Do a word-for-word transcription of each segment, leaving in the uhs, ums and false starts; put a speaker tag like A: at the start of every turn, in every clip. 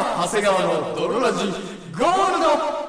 A: 山長谷川の泥ラジゴールド。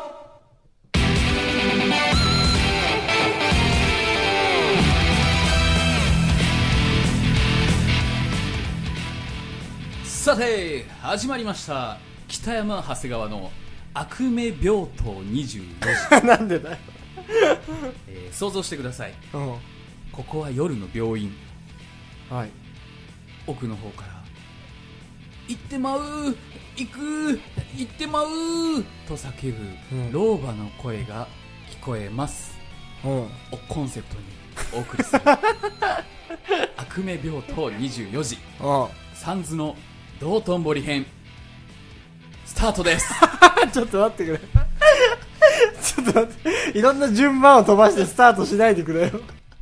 A: さて始まりました、北山長谷川の悪夢病棟にじゅうよじ
B: なんでだよ、
A: えー、想像してください、
B: うん、
A: ここは夜の病院、
B: はい、
A: 奥の方から行ってまう、行く、行ってまうと叫ぶ、うん、老婆の声が聞こえます、うん、をコンセプトにお送りする悪夢病棟にじゅうよじ、うん、サンズの道頓堀編スタートです
B: ちょっと待ってくれちょっと待って、いろんな順番を飛ばしてスタートしないでくれよ。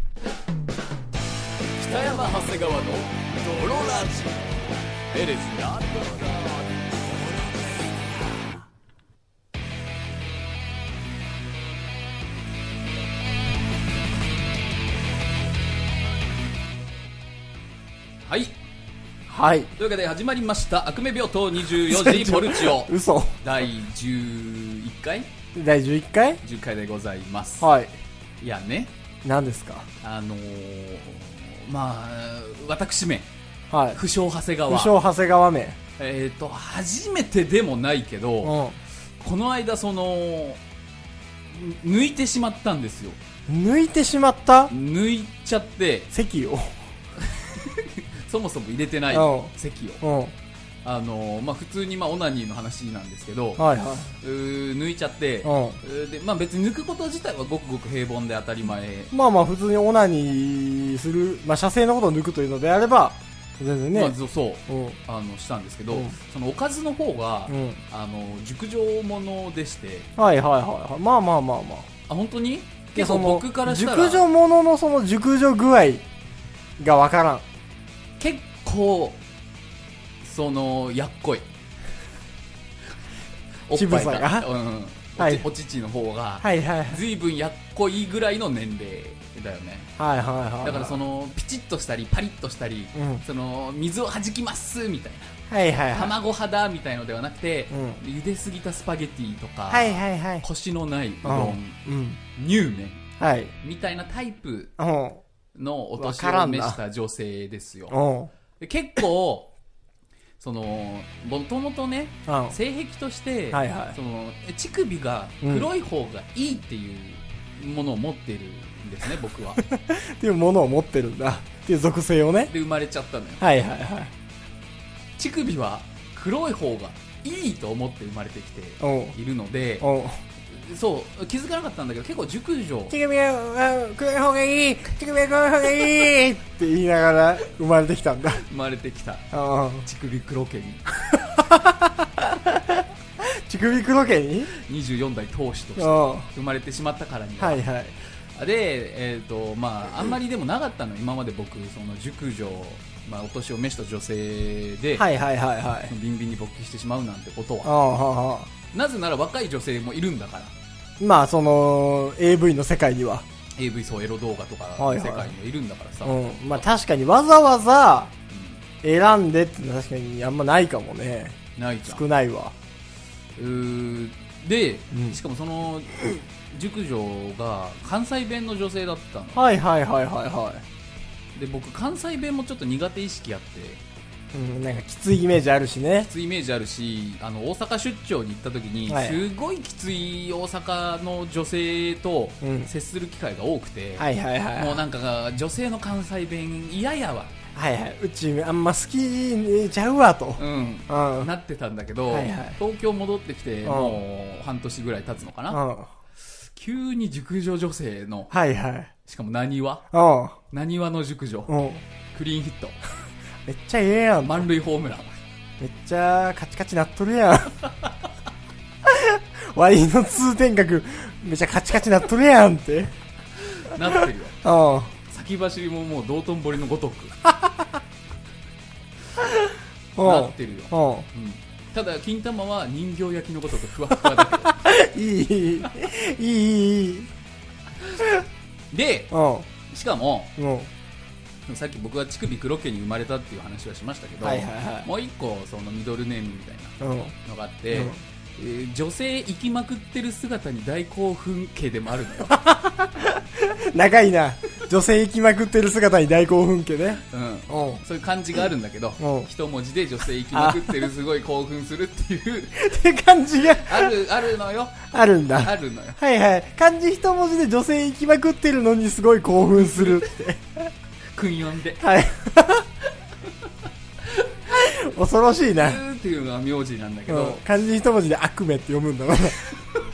A: 北山長谷川の泥ラジエレスなはい
B: はい、
A: というわけで始まりました悪夢病棟にじゅうよじポルチオ
B: 嘘
A: だいじゅういっかい
B: だいじゅういっかい
A: じゅっかいでございます。
B: はい、
A: いやね、
B: 何ですか。
A: あのー、まあ私め、
B: はい、
A: 不詳長谷川
B: 不詳長谷川め
A: えーと初めてでもないけど、うん、この間その抜いてしまったんですよ。
B: 抜いてしまった。
A: 抜いちゃって
B: 席を
A: そもそも入れてない席を、あのーまあ、普通にまあオナニーの話なんですけど、はいはい、う抜いちゃって、で、まあ、別に抜くこと自体はごくごく平凡で当たり前。
B: まあまあ普通にオナニーする、まあ、射精のことを抜くというのであれば全然ね、
A: まあ、そう、うん、あのしたんですけど、うん、そのおかずの方が、うん、あの熟女ものでして、
B: はいはいはいはい、まあまあまあま
A: あ、あ本当に結構僕からしたら
B: 熟女もののその熟女具合がわからん。
A: 結構そのやっこいおっぱいが、うん、はい、お乳の方が随分やっこいぐらいの年齢だよね。はいはいはいはい、だからそのピチッとしたりパリッとしたり、うん、その水を弾きますみたいな、はいはいはい、卵肌みたいのではなくて、うん、茹ですぎたスパゲティとか、はいはいはい、コシのないうどん、うん、乳麺、はい、みたいなタイプのお年を召した女性ですよ。で結構そのもともとね、性癖として、はいはい、その乳首が黒い方がいいっていうものを持っているんですね、うん、僕は
B: っていうものを持ってるんだっていう属性をね、
A: で生まれちゃったのよ。
B: はいはいはい。
A: 乳首は黒い方がいいと思って生まれてきているので、そう気づかなかったんだけど結構熟女、
B: 乳首は黒い方がいい、乳首は黒い方がいいって言いながら生まれてきたんだ。
A: 生まれてきた乳首黒家に
B: 乳首黒家に
A: にじゅうよんだい当主として生まれてしまったからには、はいはい、で、えーとまあ、あんまりでもなかったの今まで僕その熟女、まあ、お年を召した女性で、はいはいはいはい、ビンビンに勃起してしまうなんてことは、あははなぜなら若い女性もいるんだから。
B: まあその エーブイ の世界には
A: エーブイ そうエロ動画とかの世界にもいるんだからさ、
B: はいはい、うん、まあ確かにわざわざ選んでって確かにあんまないかもね。
A: ないじゃん、
B: 少ないわ。
A: うーで、うん、しかもその熟女が関西弁の女性だったの。
B: はいはいはいはいはい。
A: で僕関西弁もちょっと苦手意識あって、
B: うん、なんかきついイメージあるしね。
A: きついイメージあるし、あの大阪出張に行った時に、はい、すごいきつい大阪の女性と接する機会が多くて、はいはいはいはい、もうなんか女性の関西弁嫌やわ、
B: はいはい、うちあんま好きちゃうわと、
A: うんうん、なってたんだけど、はいはい、東京戻ってきてもう半年ぐらい経つのかな、うん、急に熟女女性の、はいはい、しかもなにわなにわの熟女、うん、クリーンヒット
B: めっちゃええやん、
A: 満塁ホームラン
B: めっちゃカチカチなっとるやんワイの通天閣めっちゃカチカチなっとるやんって
A: なってるよ。先走りももう道頓堀のごとくなってるよ、うん、ただ金玉は人形焼きのごとくふわふわだけどいいいいいいでしかもさっき僕が乳首黒家に生まれたっていう話はしましたけど、はいはいはい、もう一個そのミドルネームみたいなのがあって、うんうん、えー、女性生きまくってる姿に大興奮家でもあるのよ。
B: 長いな。女性生きまくってる姿に大興奮家ね、
A: うん、そういう感じがあるんだけど、一文字で女性生きまくってるすごい興奮するっていう
B: って感じが
A: ある、あるのよ。
B: あるんだ。
A: あるのよ。
B: はいはい。漢字一文字で女性生きまくってるのにすごい興奮するって
A: 訓読んで、
B: はい恐ろしいな
A: っていうのが名字なんだけど、うん、
B: 漢字一文字で悪夢って読むんだろうね。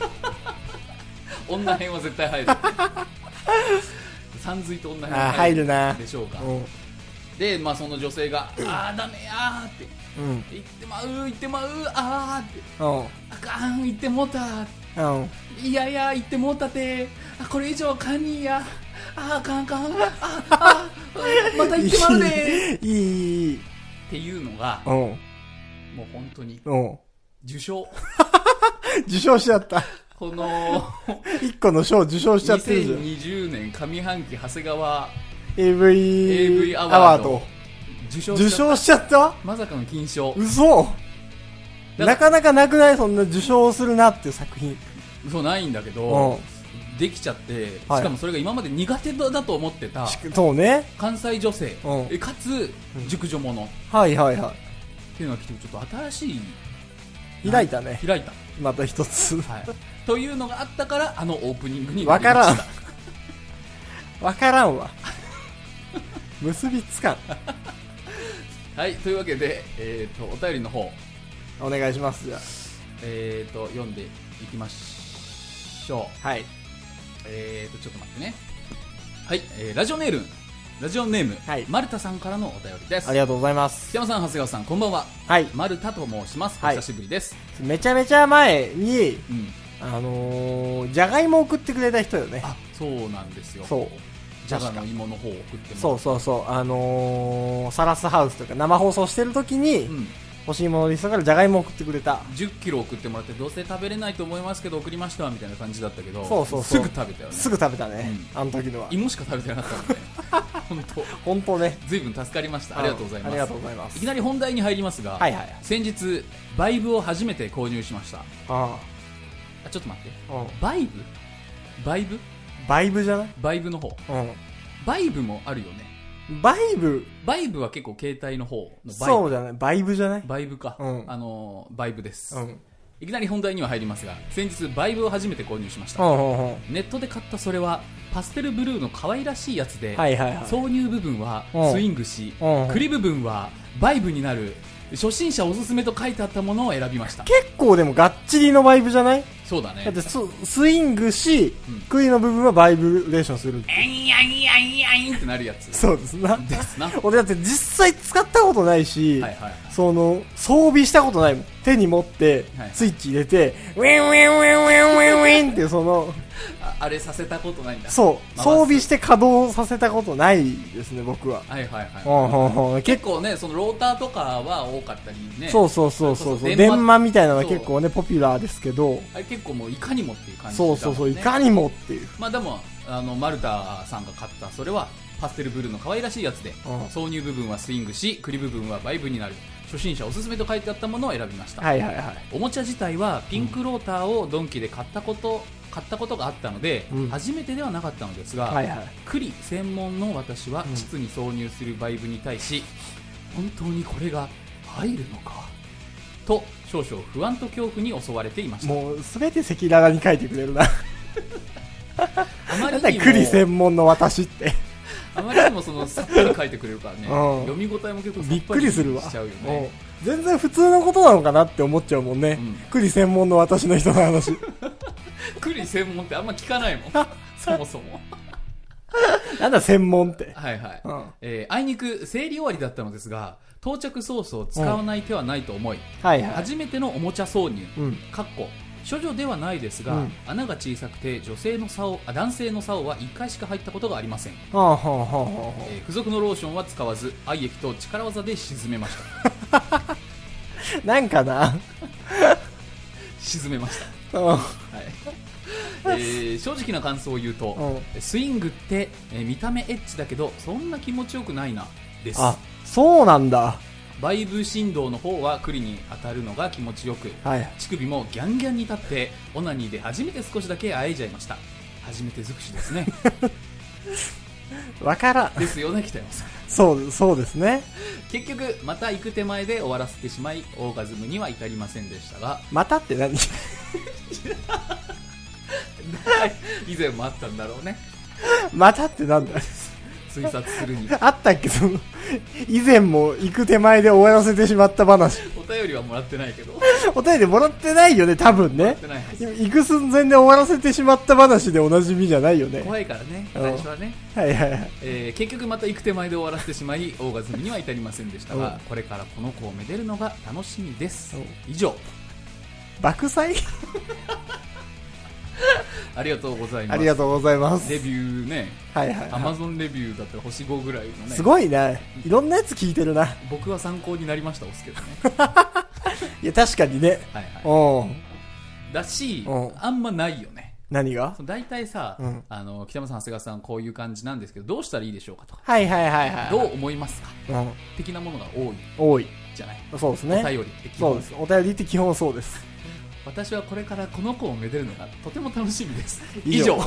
A: 女編は絶対入る。さんずいと女編
B: は入るな
A: でしょうか。で、まあ、その女性が、うん、あーダメやーって、うん、言ってまう言ってまうあーって、うん、あかん言ってもうた、うん、いやいや言ってもうたて、あこれ以上かんにや、ああかんかん、ああまた言ってまうね
B: いいいい
A: っていうのが、うん、もう本当に、うん、受賞
B: 受賞しちゃった。
A: この
B: 一個の賞受賞しちゃってるじゃん。
A: にせんにじゅうねん上半期長谷川
B: エーブイ, エーブイアワード
A: 受賞
B: 受賞しちゃった。
A: まさかの金賞。
B: 嘘。なかなかなくない？そんな受賞するなっていう作品。
A: そうないんだけど、うん、できちゃって、しかもそれが今まで苦手だと思ってた、
B: そうね、
A: 関西女性、うん、かつ熟女者、うん、
B: はいはいはい
A: っていうのが来て、ちょっと新し
B: い開いたね。
A: 開いた
B: また一つ、
A: はい、というのがあったからあのオープニングに
B: わからんわからんわ結びつかん
A: はい、というわけで、えー、とお便りの方
B: お願いします。じゃあ、
A: えー、と読んでいきましょう。
B: はい、
A: えー、とちょっと待ってね。はい、えー、ラジオネームラジオネーム、はい、マルタさんからのお便りです。
B: ありがとうございます。
A: 北山さん、長谷川さん、こんばんは。はい、マルタと申します。お久しぶりです。
B: はい、めちゃめちゃ前に、うん、あのー、じゃがいも送ってくれた人よね。
A: あ、そうなんですよ。
B: そう、
A: じゃがの芋の方を送ってもらった。
B: そうそうそう、あのー、サラスハウスとか生放送してる時に、うん、欲しいものリストからじゃがいも送ってくれた。
A: じゅっキロ送ってもらって、どうせ食べれないと思いますけど送りましたみたいな感じだったけど、
B: そうそうそう、
A: すぐ食べたよね。
B: すぐ食べたね、うん、あの時のは
A: 芋しか食べてなかったもんね。本当
B: 本当ね、
A: 随分助かりました。ありがとうございます。
B: ありがとうございます。
A: いきなり本題に入りますが、はいはい、先日バイブを初めて購入しました。ああ、ちょっと待って、バイブバイブ
B: バイブじゃない？
A: バイブの方、うん、バイブもあるよね。
B: バイブ
A: バイブは結構携帯の方のバイブ。
B: そうじゃない、バイブじゃない？
A: バイブか、うん、あのバイブです、うん、いきなり本題には入りますが、先日バイブを初めて購入しました、うんうんうん、ネットで買ったそれはパステルブルーの可愛らしいやつで、はいはいはい、挿入部分はスイングし、うんうん、クリ部分はバイブになる初心者おすすめと書いてあったものを選びました。
B: 結構でもがっちりのバイブじゃない？
A: そうだね。
B: だって ス, スイングし、うん、クイの部分はバイブレーションする。
A: えんやんやんやんってなるやつ。
B: そうですな。
A: ですな。
B: 俺だって実際使ったことないし、はいはいはい、その装備したことないもん。手に持ってスイッチ入れて、はいはい、ウィンウィンウィンウィンウィンウィンってその
A: あ, あれさせたことないんだ。
B: そう装備して稼働させたことないですね僕は。
A: はいはいはい。結構ね、そのローターとかは多かったりね。
B: そうそうそうそうそう。電マみたいなのは結構ねポピュラーですけど。
A: あれ結構もういかにもっていう感じ
B: だもんね。そうそうそう、いかにもっていう。
A: まあでもあのマルタさんが買ったそれはパステルブルーの可愛らしいやつで、うん、挿入部分はスイングし、クリ部分はバイブになる初心者おすすめと書いてあったものを選びました。はいはいはい。おもちゃ自体はピンクローターをドンキで買ったこと、買ったことがあったので、うん、初めてではなかったのですが、はいはい、栗専門の私は膣に挿入するバイブに対し、うん、本当にこれが入るのかと少々不安と恐怖に襲われていました。
B: もう全て赤裸々に書いてくれるな。あまりにも栗専門の私って
A: あまりにもそのさっぱり書いてくれるからね、うん、読み応えも結構さっぱりしちゃうよね。
B: 全然普通のことなのかなって思っちゃうもんね、うん、栗専門の私の人の話。
A: 栗専門ってあんま聞かないもん。そもそも
B: なんだ専門って。
A: はいはい、うん、えー、あいにく生理終わりだったのですが、到着ソースを使わない手はないと思い、うん、はいはい、初めてのおもちゃ挿入、うん、かっこ処女ではないですが、うん、穴が小さくて女性の竿あ男性の竿はいっかいしか入ったことがありません。はあはあはあはあ、えー、付属のローションは使わず愛液と力技で沈めました。
B: なんかな。
A: 沈めました。はい、 ー、正直な感想を言うと、うん、スイングって、えー、見た目エッチだけどそんな気持ちよくないなです。
B: あ、そうなんだ。
A: バイブ振動の方は栗に当たるのが気持ちよく、はい、乳首もギャンギャンに立ってオナニーで初めて少しだけ喘いじゃいました。初めて尽くしですね。
B: わからん
A: ですよね、北山さん。
B: そうそうですね。
A: 結局また行く手前で終わらせてしまいオーガズムには至りませんでしたが。
B: またって何？
A: 以前もあったんだろうね。
B: またってなんだ？
A: 推察するに
B: あったっけ、その以前も行く手前で終わらせてしまった話。
A: お便りはもらってないけど。
B: お便りもらってないよね、多分ね。行く寸前で終わらせてしまった話でおなじみじゃないよね。
A: 怖いからね、最初はね。
B: はいはいはい、
A: えー、結局また行く手前で終わらせてしまいオーガズムには至りませんでしたが、これからこの子をめでるのが楽しみです。以上。
B: 爆災
A: ありがとうございます。
B: ありがとうございます。
A: レビューね。
B: はいはい、はい。
A: アマゾンレビューだって星ごぐらいのね。
B: すごいね。いろんなやつ聞いてるな。
A: 僕は参考になりました、押すけどね。
B: いや、確かにね。
A: はいはい。だし、あんまないよね。
B: 何が？
A: 大体さ、うん、あの、北山さん、長谷川さん、こういう感じなんですけど、どうしたらいいでしょうかとか。
B: はいはいはいはい。
A: どう思いますか、うん、的なものが多い。
B: 多い。
A: じゃない。
B: そうですね。
A: お便りって基本。
B: そうです。お便りって基本そうです。
A: 私はこれからこの子をめでるのがとても楽しみです。以上。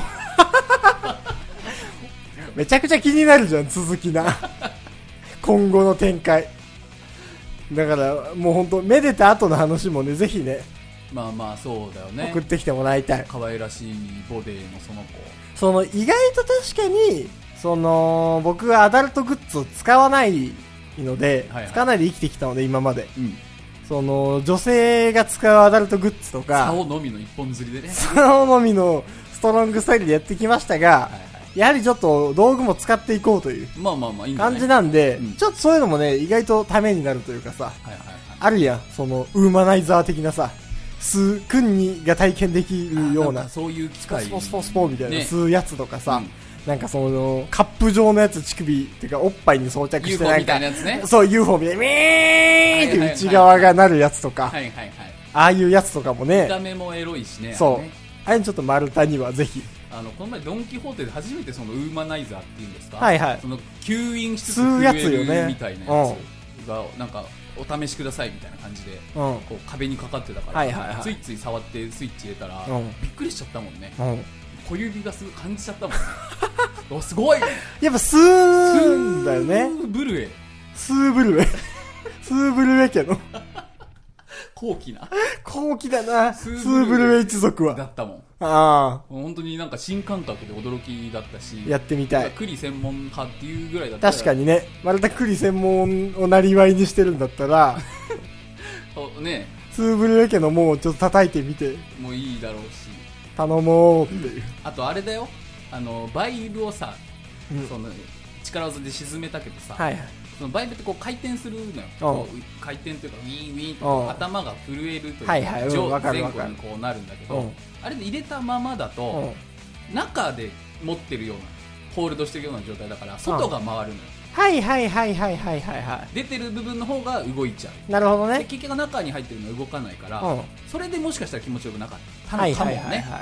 B: めちゃくちゃ気になるじゃん、続きな。今後の展開。だからもう本当めでた後の話もね、ぜひね。
A: まあまあそうだよね。
B: 送ってきてもらいたい。
A: 可愛らしいボディのその子。
B: その意外と確かにその僕はアダルトグッズを使わないので、はいはい、使わないで生きてきたので今まで。うん、その女性が使うアダルトグッズとか、
A: 竿のみの一本釣りでね、
B: 竿のみのストロングスタイルでやってきましたが、はいはい、やはりちょっと道具も使っていこうという感じなんで、うん、ちょっとそういうのもね、意外とためになるというかさ、はいはいはい、あるやん、そのウーマナイザー的なさ、吸う君にが体験できるような、
A: そういう機械、
B: スポスポスポみたいな、ね、吸うやつとかさ、うん、なんかそのカップ状のやつ、乳首っていうかおっぱいに装着してなんか ユーフォー みたいなやつね、そう ユーフォー みたいな、ミーンって内側がなるやつとか、はいはいはい、ああいうやつとかもね、
A: 見た目もエロいしね、
B: そう、
A: あれね、
B: あれちょっと丸太にはぜひ。
A: あのこの前ドンキホーテで初めてそのウーマナイザーっていうんですか、
B: はいはい、
A: その吸引しつつ吸えるみたいなやつがなんかお試しくださいみたいな感じで、うん、こう壁にかかってたから、はいはいはい、ついつい触ってスイッチ入れたら、うん、びっくりしちゃったもんね、うん、小指がすぐ感じちゃったもんね。お、すごい、
B: やっぱスーだよね、
A: スーブルエ、
B: スーブルエスーブルエ家の
A: 高貴な
B: 高貴だな、スーブルエ一族は
A: だったもん。
B: ああ、
A: 本当になんか新感覚で驚きだったし、
B: やってみたい。
A: 栗専門派っていうぐらいだったら、
B: 確かにね、また栗専門をなりわいにしてるんだったら
A: ね、
B: スーブルエ家の門をちょっと叩いてみて
A: もういいだろうし、
B: 頼もうっていう、
A: あとあれだよ、あのバイブをさ、うん、その力技で沈めたけどさ、はいはい、そのバイブってこう回転するのよ、回転というかウィーンウィーンと頭が震えるというか、はいはい、うん、前後にこうなるんだけど、うん、あれで入れたままだと、うん、中で持ってるようなホールドしてるような状態だから外が回るのよ、うん、
B: はいはいはいはいはいはいはい、
A: 出てる部分の方が動いちゃう。
B: なるほどね。
A: で結局中に入ってるのは動かないから、うん、それでもしかしたら気持ちよくなかったのかもね、はいはいはいはい、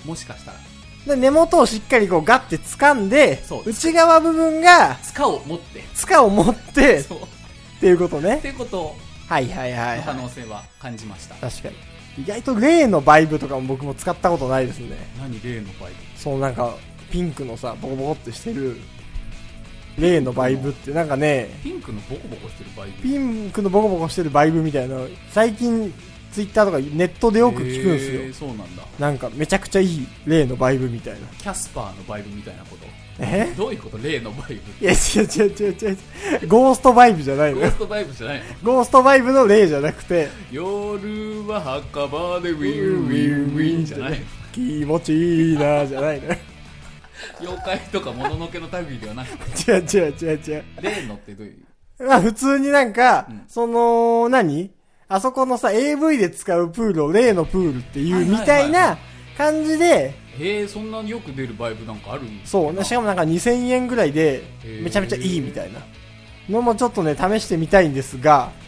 A: もしかしたら
B: で根元をしっかりこうガッて掴んで、内側部分が
A: 塚を持って
B: 塚を持ってっていうことね。
A: っていうことを、
B: はいはいはい、はい、
A: 可能性は感じました。
B: 確かに意外と例のバイブとかも僕も使ったことないですね。
A: 何例のバイブ？
B: そうなんかピンクのさボコボコってしてる例のバイブってなんかね、
A: ピンクのボコボコしてるバイブ、
B: ピンクのボコボコしてるバイブみたいな最近ツイッターとかネットでよく聞くんですよ。
A: えー、そうなんだ。
B: なんかめちゃくちゃいい例のバイブみたいな。
A: キャスパーのバイブみたいなこと。
B: え？
A: どういうこと？例のバイブ。
B: いや違う違う違う違う。ゴーストバイブじゃないの。
A: ゴーストバイブじゃないの。
B: ゴーストバイブの例じゃなくて。
A: 夜は墓場でウィンウィンウィンじゃないの。
B: 気持ちいいなじゃないの。
A: 妖怪とかもののけの類ではなく
B: て。違う違う違う違う。
A: 例のってどういう？
B: まあ普通になんか、うん、その何？あそこのさ エーブイ で使うプールを例のプールっていうみたいな感じで、
A: へえ、そんなによく出るバイブなんかあるんですか？
B: そうね、しかもなんかにせんえんぐらいでめちゃめちゃいいみたいなのもちょっとね試してみたいんですが、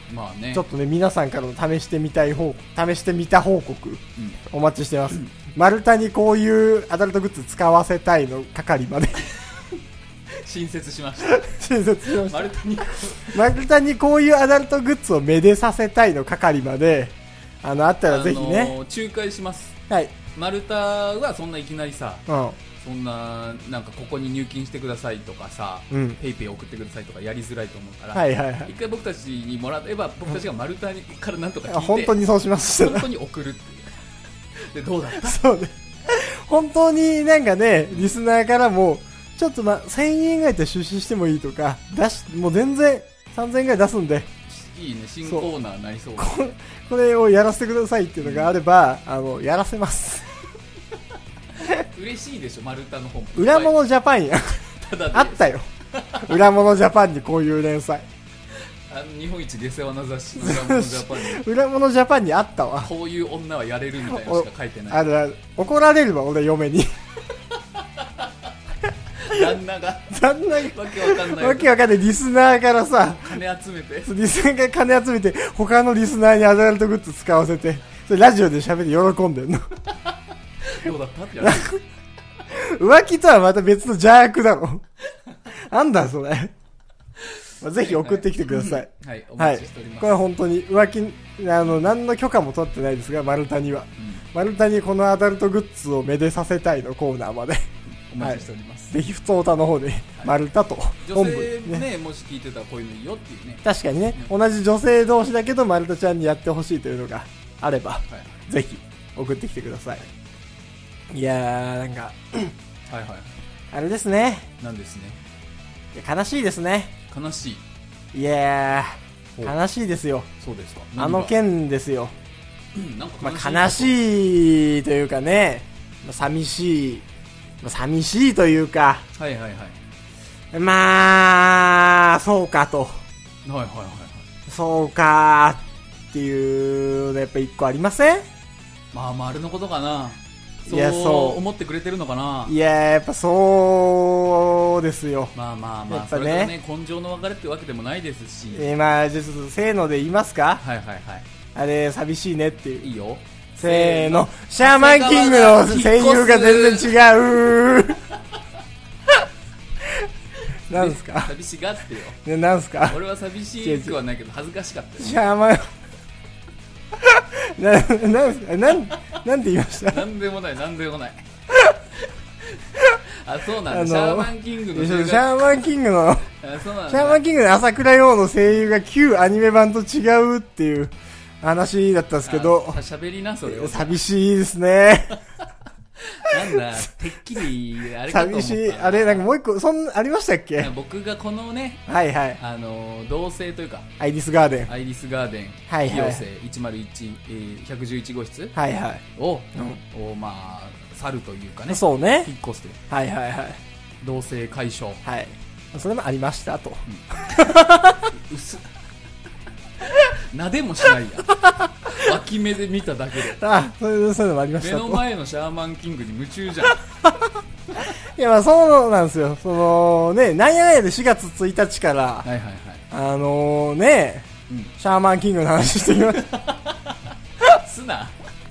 B: まあね、ちょっとね、皆さんからの試してみたい報試してみた報告、うん、お待ちしてます。うん、丸太にこういうアダルトグッズ使わせたいの係まで
A: 新設しました
B: 新設しました丸太に丸太にこういうアダルトグッズをめでさせたいの係まであのあったらぜひね、あの
A: ー、仲介します。
B: はい。
A: 丸太はそんないきなりさ、うん、そんななんかここに入金してくださいとかさ、うん、ペイペイ送ってくださいとかやりづらいと思うから、はいはいはい、一回僕たちにもらえば僕たちが丸太からなんとか聞いて、
B: 本当にそうします
A: 本当に送るっていうでどうだった
B: そうね、本当になんかねリスナーからもちょっとませんえんぐらいで出資してもいいとか出しもう全然さんぜんえんぐらい出すんで
A: いいね、新コーナーになりそう、
B: こ, これをやらせてくださいっていうのがあれば、うん、あのやらせます
A: 嬉しいでしょ、丸太の本
B: 裏物ジャパンやただあったよ裏物ジャパンにこういう連載
A: あの日本一下世話な雑誌の裏物ジャパンに
B: 裏物ジャパンにあったわ。
A: こういう女はやれるみたいなのしか書いてない。
B: あれ怒られるわ俺嫁に
A: 旦那が
B: 旦那が
A: わけわかんない
B: わけわかんないリスナーからさ
A: 金集めて
B: リスナーが金集めて他のリスナーにアダルトグッズ使わせてそれラジオで喋って喜んでんの
A: どうだったってやる
B: 浮気とはまた別の邪悪だろなんだそれぜひ送ってきてください。
A: はい、お待ちしております。
B: これは本当に浮気、あの、何の許可も取ってないですが、丸太には。うん、丸太にこのアダルトグッズをめでさせたいのコーナーまで。
A: お待ちしております。
B: はい、ぜひ、ふつおたの方で、丸太と、
A: 本部、ね。女性ね、もし聞いてたらこういうのいいよっていうね。
B: 確かにね、同じ女性同士だけど、丸太ちゃんにやってほしいというのがあれば、はい、ぜひ、送ってきてください。いやー、なんか、
A: はいはい。
B: あれですね。
A: なんですね。
B: いや悲しいですね。
A: 悲しい。
B: いやー、悲しいですよ。
A: そうですか。
B: あの件ですよ。
A: なんか
B: まあ、悲しいというかね、まあ、寂しい、まあ、寂しいというか、
A: はいはいはい。
B: まあ、そうかと。
A: はいはいはい。
B: そうかっていうのやっぱ一個ありません？
A: まあ、丸のことかな。そう思ってくれてるのかな。
B: いややっぱそうですよ。
A: まあまあまあ、ね、それがね根性の別れってわけでもないですし、
B: えー、まあじゃあちょっとせーので言いますか。
A: はいはいはい。
B: あれ寂しいねっていう。
A: いいよ。
B: せーの、シャーマンキングの声優が全然違うなんですか。
A: 寂しがってよ。
B: ね、なんですか。
A: 俺は寂しくはないけど恥ずかしかったよ。
B: シャーマンな、な、なん、なんて言いました？
A: なんでもない、なんでもない。あ、そうなんだ。シャーマンキングの。シ
B: ャーマンキングの。
A: そうなんだ。
B: シャーマンキングの朝倉陽の声優が旧アニメ版と違うっていう話だったんですけど。
A: 喋りな、それを。
B: 寂しいですね。
A: なんだ、てっきり、あれかと思った。
B: 寂しい。あれ、なんかもう一個、そんな、ありましたっけ？
A: 僕がこのね、
B: はいはい。
A: あの、同性というか、
B: アイリスガーデン。
A: アイリスガーデン、
B: はいはい。
A: 広瀬いちまるいち、えー、ひゃくじゅういち号室
B: はいはい。
A: を、うん、を、まあ、去るというかね。
B: そうね。
A: 引っ越すという。
B: はいはいはい。
A: 同性解消。
B: はい。それもありましたと。
A: うん、薄っ。なでもしないや。脇目で見ただけで。
B: あ、そういうのもありました。
A: 目の前のシャーマンキングに夢中じゃん。
B: いや、まあそうなんですよ。そのね、なんやかんやでしがつついたちから、
A: はいはいはい。
B: あのー、ね、うん、シャーマンキングの話してきました。
A: すな。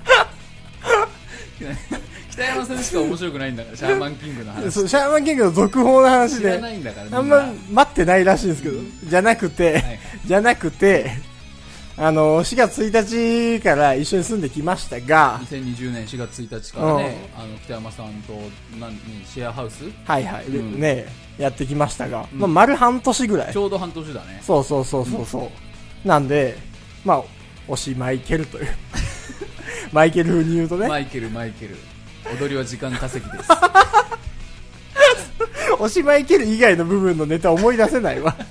A: 北山さんしか面白くないんだから、シャーマンキングの話。
B: そう、シャーマンキングの続報の話で。
A: 知らないんだから、
B: あんま待ってないらしいんですけど、うん、じゃなくて、はい、じゃなくて、あの、しがつついたちから一緒に住んできましたが、
A: にせんにじゅうねんしがつついたちからね、うん、あの、北山さんと、何、シェアハウス
B: はいはい、うん、ね、やってきましたが、うん、まあ、丸半年ぐらい。
A: ちょうど半年だね。
B: そうそうそうそうそう。うん、なんで、まあ、推しマイケルという。マイケル風に言うとね。
A: マイケル、マイケル。踊りは時間稼ぎです。
B: 推しマイケル以外の部分のネタ思い出せないわ。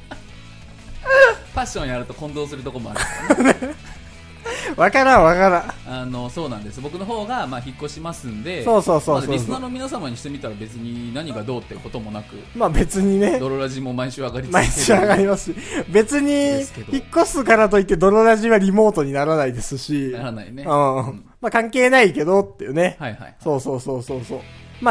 A: ファッションやると混同するとこもあるからね。
B: わからんわからん。
A: あの、そうなんです。僕の方が、まあ、引っ越しますんで、
B: そうそうそうそうそう、
A: まあ、リスナーの皆様にしてみたら別に何がどうってこともなく、
B: まあ別にね、
A: ドロラジも毎週上がり続
B: ける。毎週上がりますし、別に、引っ越すからといってドロラジはリモートにならないですし、
A: ならないね。
B: うん。うん、まあ関係ないけどっていうね。
A: はいはい、はい。
B: そうそうそうそうそう。まあ、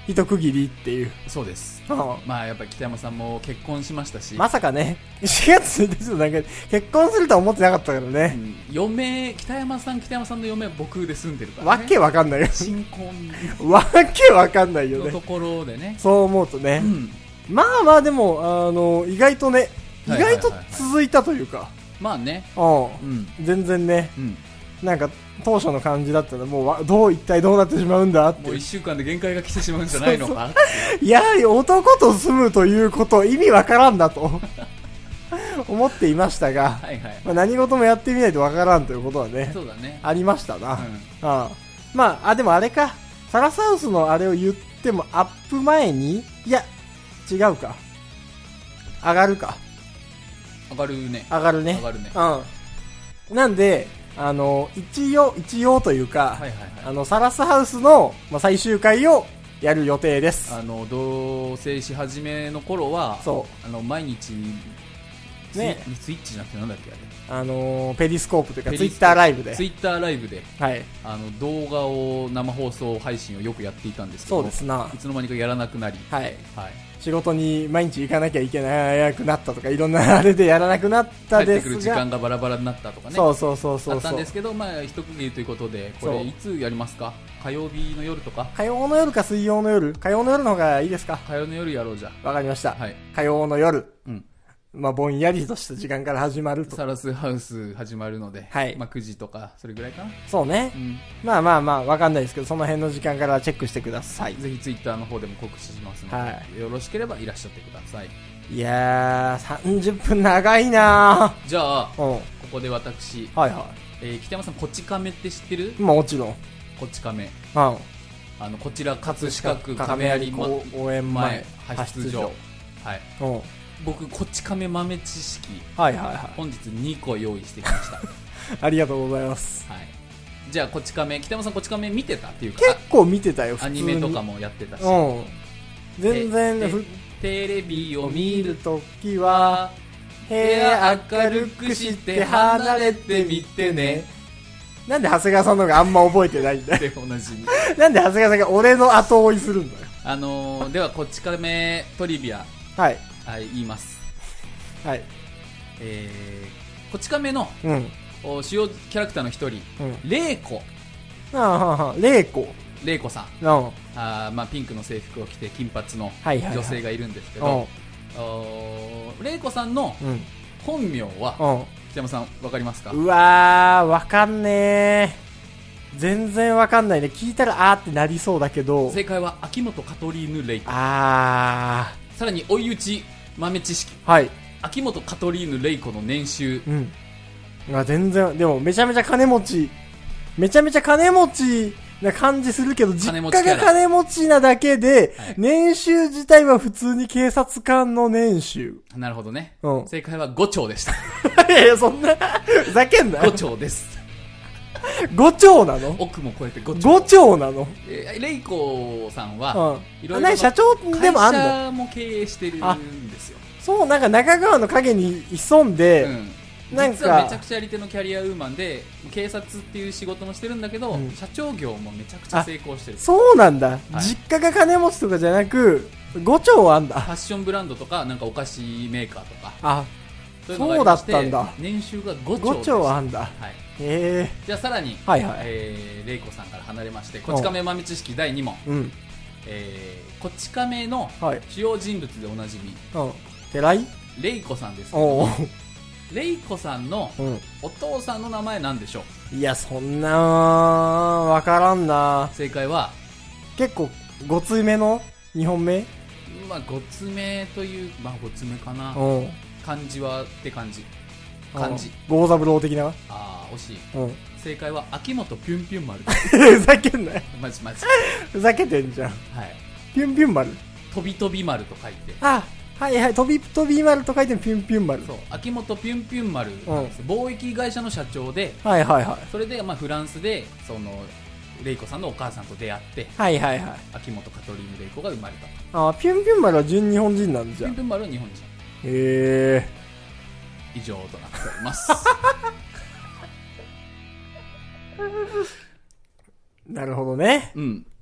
B: 一区切りっていう。
A: そうです。ああまあやっぱり北山さんも結婚しましたし。
B: まさかね、しがつついたちなんか結婚するとは思ってなかったからね。うん、
A: 嫁、北山さん、北山さんの嫁は僕で住んでるから、
B: ね。わけわかんないよ。
A: 新婚。
B: わけわかんないよね。
A: のところでね。
B: そう思うとね。うん、まあまあでも、あの、意外とね、意外と続いたというか。はいはいはいはい、
A: まあね。
B: うん。全然ね。うん、なんか、当初の感じだったらもうどう一体どうなってしまうんだって
A: もう一週間で限界が来てしまうんじゃないのか。
B: やはり男と住むということ意味わからんだと思っていましたが、はいはい、まあ、何事もやってみないとわからんということはね、
A: そうだね、
B: ありましたな、うん、ああまああでもあれか、サラサウスのあれを言ってもアップ前に、いや違うか、上がるか、
A: 上がるね
B: 上がるね
A: 上がるね、
B: うん、なんであの一応一応というか、はいはいはい、あのサラスハウスの、まあ、最終回をやる予定です。
A: あの同棲し始めの頃は、そうあの毎日ね、ツイッチじゃなくてなんだっけあれ、
B: あのペリスコープというかツイッターライブで
A: ツイッターライブで、はい、あの動画を生放送配信をよくやっていたんですけど、
B: そうですな、
A: いつの間にかやらなくなり、
B: はいはい、仕事に毎日行かなきゃいけなくなったとか、いろんなあれでやらなくなったですが、帰ってくる
A: 時間がバラバラになったとかね、
B: そうそうそうそう、
A: あったんですけど、まあ一区切りということで、これいつやりますか？火曜日の夜とか？
B: 火曜の夜か水曜の夜、火曜の夜の方がいいですか？
A: 火曜の夜やろうじゃ。
B: わかりました。はい、火曜の夜。うん。まあぼんやりとした時間から始まると。
A: サラスハウス始まるので、はい。まあくじとかそれぐらいかな。
B: そうね。うん、まあまあまあわかんないですけど、その辺の時間からチェックしてください。
A: ぜひツイッターの方でも告知しますので、はい、よろしければいらっしゃってください。
B: いやーさんじゅっぷん長いなー。
A: じゃあ、うん、ここで私、はいはい。えー、北山さん、こち亀って知ってる？
B: もちろん。
A: こち亀。うん。
B: あ
A: のこちら葛飾区亀有公園前派出所。はい。うん。僕こち亀豆知識、はいはいはい、本日にこ用意してきました
B: ありがとうございます、
A: はい、じゃあこち亀、北山さんこち亀見てたっていうか、
B: 結構見てたよ、
A: アニメとかもやってたし、う
B: ん、全然
A: テレビを見ると
B: きは部屋明るくして離れてみてね。なんで長谷川さんの方があんま覚えてないんだよ
A: で同じに
B: なんで長谷川さんが俺の後追いするんだよ。
A: あのー、ではこち亀トリビア、
B: はい
A: はい、言います。はい。えー、こち亀の、うん、主要キャラクターの一人、うん、レイコ。
B: ああ、はあ、レイコ。
A: レイコさん。ああ、まあピンクの制服を着て金髪の女性がいるんですけど、はいはいはい、レイコさんの本名は、うん、北山さんわかりますか？
B: うわー、わかんねー。全然わかんないね。聞いたらあーってなりそうだけど。
A: 正解は秋元カトリーヌ・レイコ。
B: あ
A: ー。さらに追い打ち豆知識、
B: はい、
A: 秋元カトリーヌ・レイコの年収、うん、
B: あ全然、でもめちゃめちゃ金持ち、めちゃめちゃ金持ちな感じするけど、実家が金持ちなだけで、はい、年収自体は普通に警察官の年収。
A: なるほどね、うん、正解はごちょうでした
B: いやいやそんなふざけんなよ。
A: ごちょうです
B: ごちょうなの？
A: 奥も超えてごちょう。
B: ごちょうなの？
A: えー、レイコさんは、
B: うん、いろいろ社長でもあんだ。
A: 会社も経営してるんですよ。
B: そう、なんか中川の影に潜んで、
A: うん、なんか実はめちゃくちゃやり手のキャリアウーマンで、警察っていう仕事もしてるんだけど、うん、社長業もめちゃくちゃ成功してる。
B: そうなんだ、はい、実家が金持ちとかじゃなくごちょうあんだ。
A: ファッションブランドとかなんかお菓子メーカーとか、
B: あ、そうだったんだ。
A: 年収がごちょう。
B: ごちょうあんだ。はい。へ
A: ー。じゃあさらに、はいはい、えー、レイコさんから離れまして、こち亀豆知識だいに問、うん、えー、こち亀の主要人物でおなじみ、
B: はい、寺井
A: レイコさんですけど、レイコさんのお父さんの名前なんでしょ
B: う？いや、そんなわからんな。
A: 正解は
B: 結構ごつめのにほんめ。
A: まあごつめという、まあごつめかな。漢字はって感じ。漢字。
B: 郷三郎的な。
A: ああ、惜しい。うん、正解は秋元ピュンピュン丸。
B: ふざけんなよ。
A: マジマジ。
B: ふざけてんじゃん。はい。ピュンピュン丸。
A: 飛び飛び丸と書いて。
B: あ、はいはい。飛び飛び丸と書いてピュンピュン丸。
A: そう。秋元ピュンピュン丸なんです、うん、貿易会社の社長で。
B: はいはいはい。
A: それでまあフランスでそのレイコさんのお母さんと出会って。
B: はいはいはい。
A: 秋元カトリーヌ・レイコが生まれた
B: と。あ、ピュンピュン丸は純日本人なんじゃん。
A: ピュンピュン丸は日本人。
B: へえ。
A: 以上となっております
B: なるほどね。
A: うん。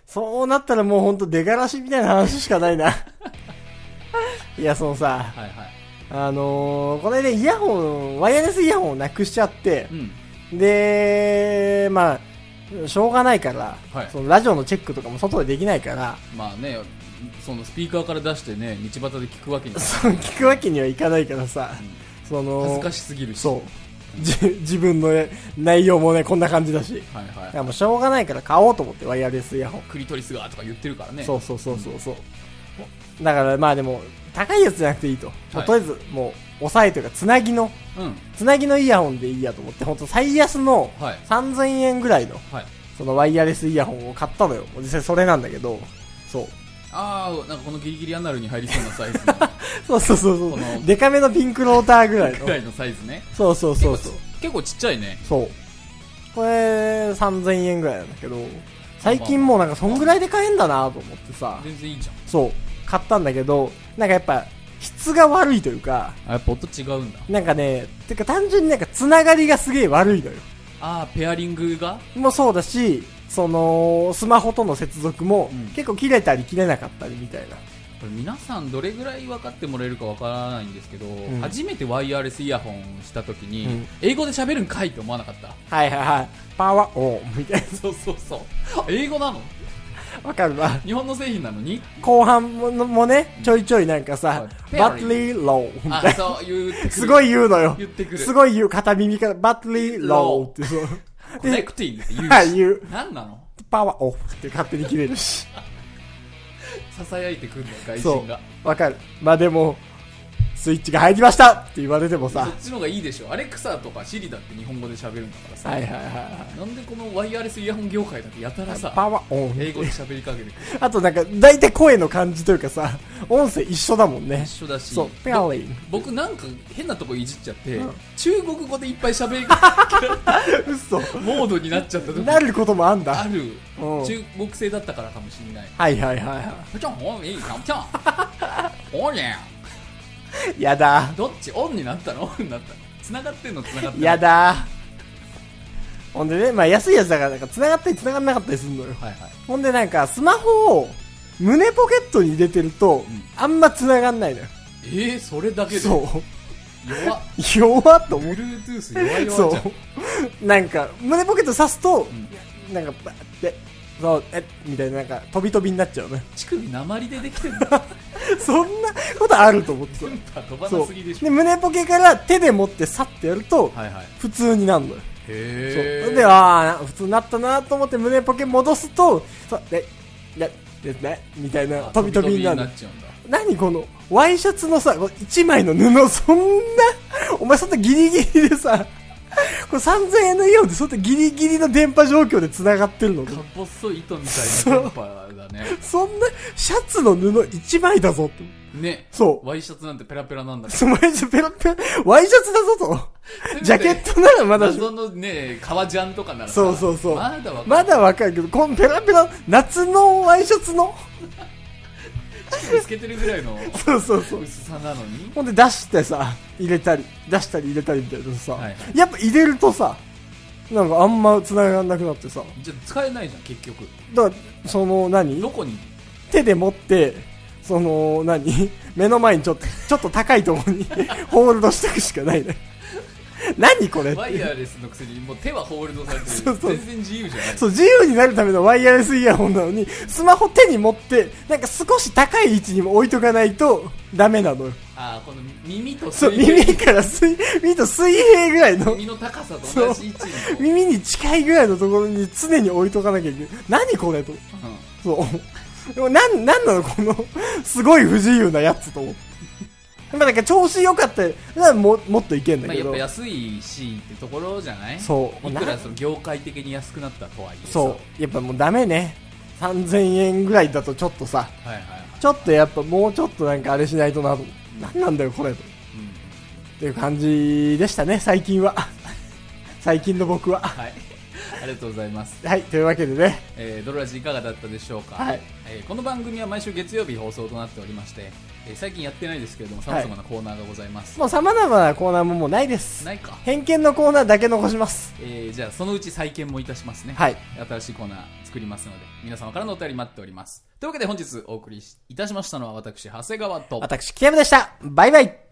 B: そうなったらもうほんと出がらしみたいな話しかないな。いや、そのさ、はいはい、あのー、この間イヤホン、ワイヤレスイヤホンをなくしちゃって、うん、で、まあ、しょうがないから、はい、そのラジオのチェックとかも外でできないから、
A: まあね、そのスピーカーから出してね、道端で聞くわけに
B: そう聞くわけにはいかないからさ、うん、その
A: 恥ずかしすぎるし、
B: そうじ自分の、ね、内容もねこんな感じだし、はいはい、だからもうしょうがないから買おうと思ってワイヤレスイヤホン。
A: クリトリスがとか言ってるからね。
B: そうそうそうそうそう、うん、だからまあでも高いやつじゃなくていいと、はい、とりあえずもう押さえというかつなぎの、うん、つなぎのイヤホンでいいやと思って、本当最安のさんぜんえんぐらいの、はい、そのワイヤレスイヤホンを買ったのよ。実際それなんだけど、そう。
A: ああ、なんかこのギリギリアナルに入りそうなサイズ
B: のそうそうそうそう、デカめのピンクローターぐらいの
A: ぐらいのサイズね。
B: そうそうそうそう、
A: 結構ちっちゃいね。
B: そう、これさんぜんえんぐらいなんだけど、最近もうなんかそんぐらいで買えんだなと思ってさ、
A: 全然いいじゃん。
B: そう買ったんだけど、なんかやっぱ質が悪いというか、
A: あ、やっぱ音違うんだ。
B: なんかね、てか単純になんかつながりがすげえ悪いのよ。
A: ああ、ペアリングが
B: もそうだし、そのスマホとの接続も結構切れたり切れなかったりみたいな、うん、こ
A: れ皆さんどれぐらい分かってもらえるか分からないんですけど、うん、初めてワイヤレスイヤホンした時に、うん、英語で喋るんかいって思わなかった？
B: はいはいはい、パワーオンみたいな。
A: そうそうそう、英語なの？
B: わかるわ。
A: 日本の製品なのに
B: 後半ももねちょいちょいなんかさ、バッテリーローみたいな、
A: そう言ってくる、
B: すごい言うのよ。
A: 言ってくる、
B: すごい言う、片耳からバッテリーローってそう
A: コネクティングって言うし、はい、言う。何なの？
B: パワーオフって勝手に切れるし
A: 囁いてくんの外人が。
B: わかる。まあでもスイッチが入りましたって言われてもさ、
A: そっちの方がいいでしょ。アレクサとかシリだって日本語で喋るんだからさ、
B: はいはいはいはい、
A: なんでこのワイヤレスイヤホン業界だってやたらさ
B: パワーオン
A: 英語で喋りかけてくる
B: あとなんか大体声の感じというかさ、音声一緒だもんね。
A: 一緒だし、
B: そうペアウェイ、
A: 僕なんか変なとこいじっちゃって、うん、中国語でいっぱい喋りかけられた嘘モードになっちゃった時
B: なることもあんだ。
A: ある、うん、中国製だったからかもしれない。
B: はいはいはいはい。
A: ちょんおいいかちょんおねん
B: やだ。
A: どっちオンになったのオンになったの繋がってんの繋がってんの
B: やだ。ほんでね、まあ安いやつだからなんか繋がったり繋がんなかったりするのよ、はいはい、ほんでなんかスマホを胸ポケットに入れてると、うん、あんま繋がんないのよ。
A: えー、それだけで
B: そう
A: 弱っ
B: 弱っと思う。
A: Bluetooth 弱い弱じゃん。
B: そうなんか胸ポケット刺すと、うん、なんかバッてそうえみたいな、なんか飛び飛びになっちゃうね。
A: 乳首鉛でできてるんだ
B: そんなことあると思って。
A: 飛ばなすぎでしょ。
B: で胸ポケから手で持ってサッてやると、はいはい、普通になるのよ。
A: へ
B: そうで、ああ普通になったなと思って胸ポケ戻すと、そうででですねみたいな飛び飛びになる。
A: なっちゃうんだ。
B: 何このワイシャツのさ一枚の布、そんなお前そんなギリギリでさこれさんぜんえんのイヤホンでそんなギリギリの電波状況で繋がってるの。
A: かっぽっそい糸みたいな電波だね。
B: そんなシャツの布一枚だぞって
A: ね。
B: そう
A: ワイシャツなんてペラペラなんだ
B: から。ワイシャツペラペラワイシャツだぞとジャケットならまだ
A: 謎のね革ジャンとかならさ、
B: そうそうそう、
A: まだわかる
B: まだわかるけど、このペラペラ夏のワイシャツの
A: つけてるぐらいの
B: そうそうそう
A: 薄さなのに、
B: ほんで出してさ入れたり出したり入れたりみたいなさ、はいはい、やっぱ入れるとさなんかあんま繋がらなくなってさ、
A: じゃあ使えないじゃん結局。
B: だからその何
A: どこに
B: 手で持ってその何目の前にちょっとちょっと高いところにホールドしていくしかないね何これって。
A: ワイヤレスのくせにもう手はホールドされてる。そうそう全然自由じゃない。
B: そう自由になるためのワイヤレスイヤホンなのに、スマホ手に持ってなんか少し高い位置にも置いとかないとダメなのよ。
A: ああ、この耳と
B: 水平、そう耳から水耳と水平ぐらいの
A: 耳の高さと同じ位置に
B: 耳に近いぐらいのところに常に置いとかなきゃいけない。何これと、うん、そうでもなんなんなのこのすごい不自由なやつと思って。まあなんか調子良かったらももっといけんだけど、
A: まあ、やっぱ安いしってところじゃない。
B: そう
A: いくらその業界的に安くなったとはいえ、
B: そうやっぱもうダメね。さんぜんえんぐらいだとちょっとさ、はいはいはい、ちょっとやっぱもうちょっとなんかあれしないとなと、なんなんだよこれと、うん、っていう感じでしたね最近は最近の僕は、はい、
A: ありがとうございます。
B: はい、というわけでね、
A: えー、ドロラジいかがだったでしょうか。はい、えー、この番組は毎週月曜日放送となっておりまして、えー、最近やってないですけれども、様々なコーナーがございます。はい、
B: もう様々なコーナーももうないです。
A: ないか。
B: 偏見のコーナーだけ残します。
A: えー、じゃあそのうち再建もいたしますね。
B: はい。
A: 新しいコーナー作りますので、皆様からのお便り待っております。というわけで本日お送りいたしましたのは私、長谷川と、
B: 私、キヤムでした。バイバイ。